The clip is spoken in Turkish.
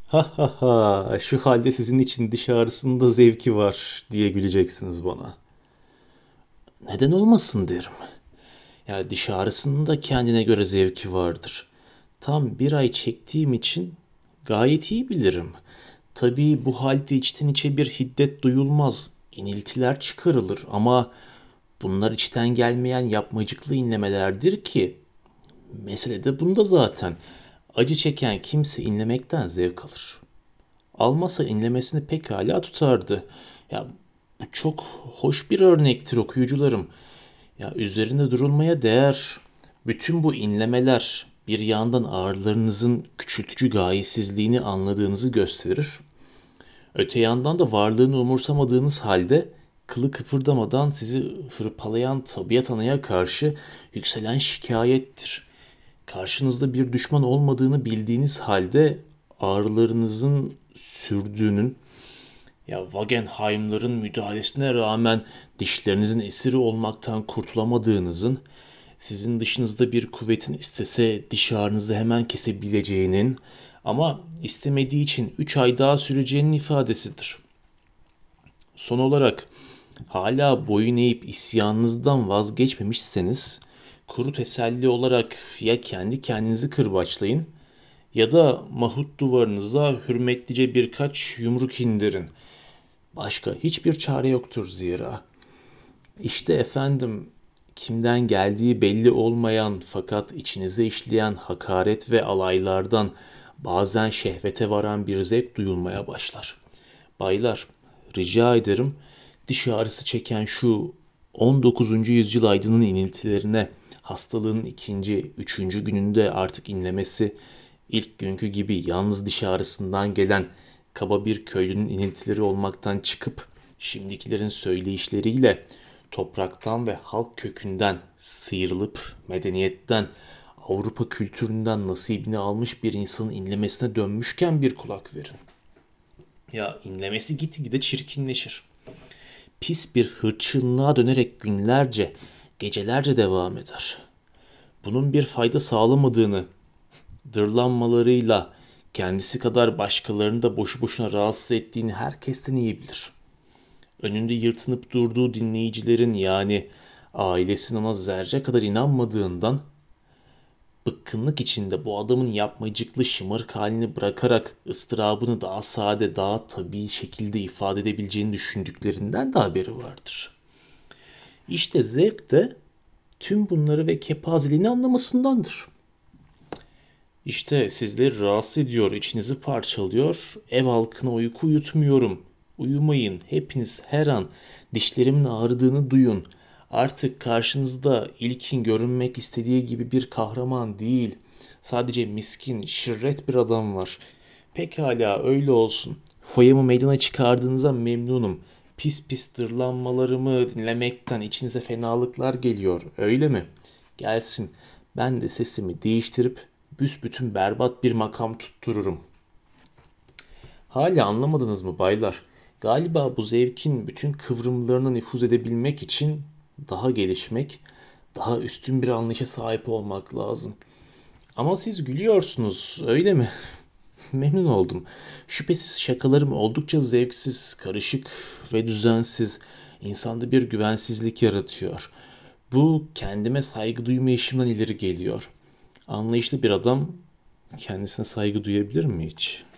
Ha ha ha, şu halde sizin için diş ağrısında zevki var diye güleceksiniz bana. Neden olmasın derim. Yani diş ağrısının da kendine göre zevki vardır. Tam bir ay çektiğim için gayet iyi bilirim. Tabii bu halde içten içe bir hiddet duyulmaz. İniltiler çıkarılır ama bunlar içten gelmeyen yapmacıklı inlemelerdir ki. Mesele de bunda zaten. Acı çeken kimse inlemekten zevk alır. Almasa inlemesini pekala tutardı. Ya bu çok hoş bir örnektir okuyucularım. Ya üzerinde durulmaya değer. Bütün bu inlemeler bir yandan ağrılarınızın küçültücü gayesizliğini anladığınızı gösterir. Öte yandan da varlığını umursamadığınız halde kılı kıpırdamadan sizi hırpalayan tabiat anaya karşı yükselen şikayettir. Karşınızda bir düşman olmadığını bildiğiniz halde ağrılarınızın sürdüğünün, ya Wagenheim'ların müdahalesine rağmen dişlerinizin esiri olmaktan kurtulamadığınızın, sizin dışınızda bir kuvvetin istese diş ağrınızı hemen kesebileceğinin ama istemediği için 3 ay daha süreceğinin ifadesidir. Son olarak hala boyun eğip isyanınızdan vazgeçmemişseniz kuru teselli olarak ya kendi kendinizi kırbaçlayın ya da mahut duvarınıza hürmetlice birkaç yumruk indirin. Başka hiçbir çare yoktur zira. İşte efendim, kimden geldiği belli olmayan fakat içinize işleyen hakaret ve alaylardan bazen şehvete varan bir zevk duyulmaya başlar. Baylar, rica ederim diş ağrısı çeken şu 19. yüzyıl aydının iniltilerine hastalığın ikinci, üçüncü gününde artık inlemesi, ilk günkü gibi yalnız diş ağrısından gelen kaba bir köylünün iniltileri olmaktan çıkıp şimdikilerin söyleyişleriyle topraktan ve halk kökünden sıyrılıp medeniyetten, Avrupa kültüründen nasibini almış bir insanın inlemesine dönmüşken bir kulak verin. Ya inlemesi gitgide çirkinleşir. Pis bir hırçınlığa dönerek günlerce, gecelerce devam eder. Bunun bir fayda sağlamadığını, dırlanmalarıyla kendisi kadar başkalarını da boşu boşuna rahatsız ettiğini herkesten iyi bilir. Önünde yırtınıp durduğu dinleyicilerin, yani ailesinin ona zerre kadar inanmadığından, bıkkınlık içinde bu adamın yapmacıklı şımarık halini bırakarak ıstırabını daha sade, daha tabii şekilde ifade edebileceğini düşündüklerinden de haberi vardır. İşte zevk de tüm bunları ve kepazeliğini anlamasındandır. İşte sizleri rahatsız ediyor, içinizi parçalıyor, ev halkına uyku uyutmuyorum. Uyumayın, hepiniz her an dişlerimin ağrıdığını duyun. Artık karşınızda ilkin görünmek istediği gibi bir kahraman değil, sadece miskin, şirret bir adam var. Pekala öyle olsun. Foyamı meydana çıkardığınıza memnunum. Pis pis dırlanmalarımı dinlemekten içinize fenalıklar geliyor, öyle mi? Gelsin. Ben de sesimi değiştirip büsbütün berbat bir makam tuttururum. Hala anlamadınız mı baylar? Galiba bu zevkin bütün kıvrımlarına nüfuz edebilmek için daha gelişmek, daha üstün bir anlayışa sahip olmak lazım. Ama siz gülüyorsunuz, öyle mi? Memnun oldum. Şüphesiz şakalarım oldukça zevksiz, karışık ve düzensiz. İnsanda bir güvensizlik yaratıyor. Bu kendime saygı duymayışımdan ileri geliyor. Anlayışlı bir adam kendisine saygı duyabilir mi hiç?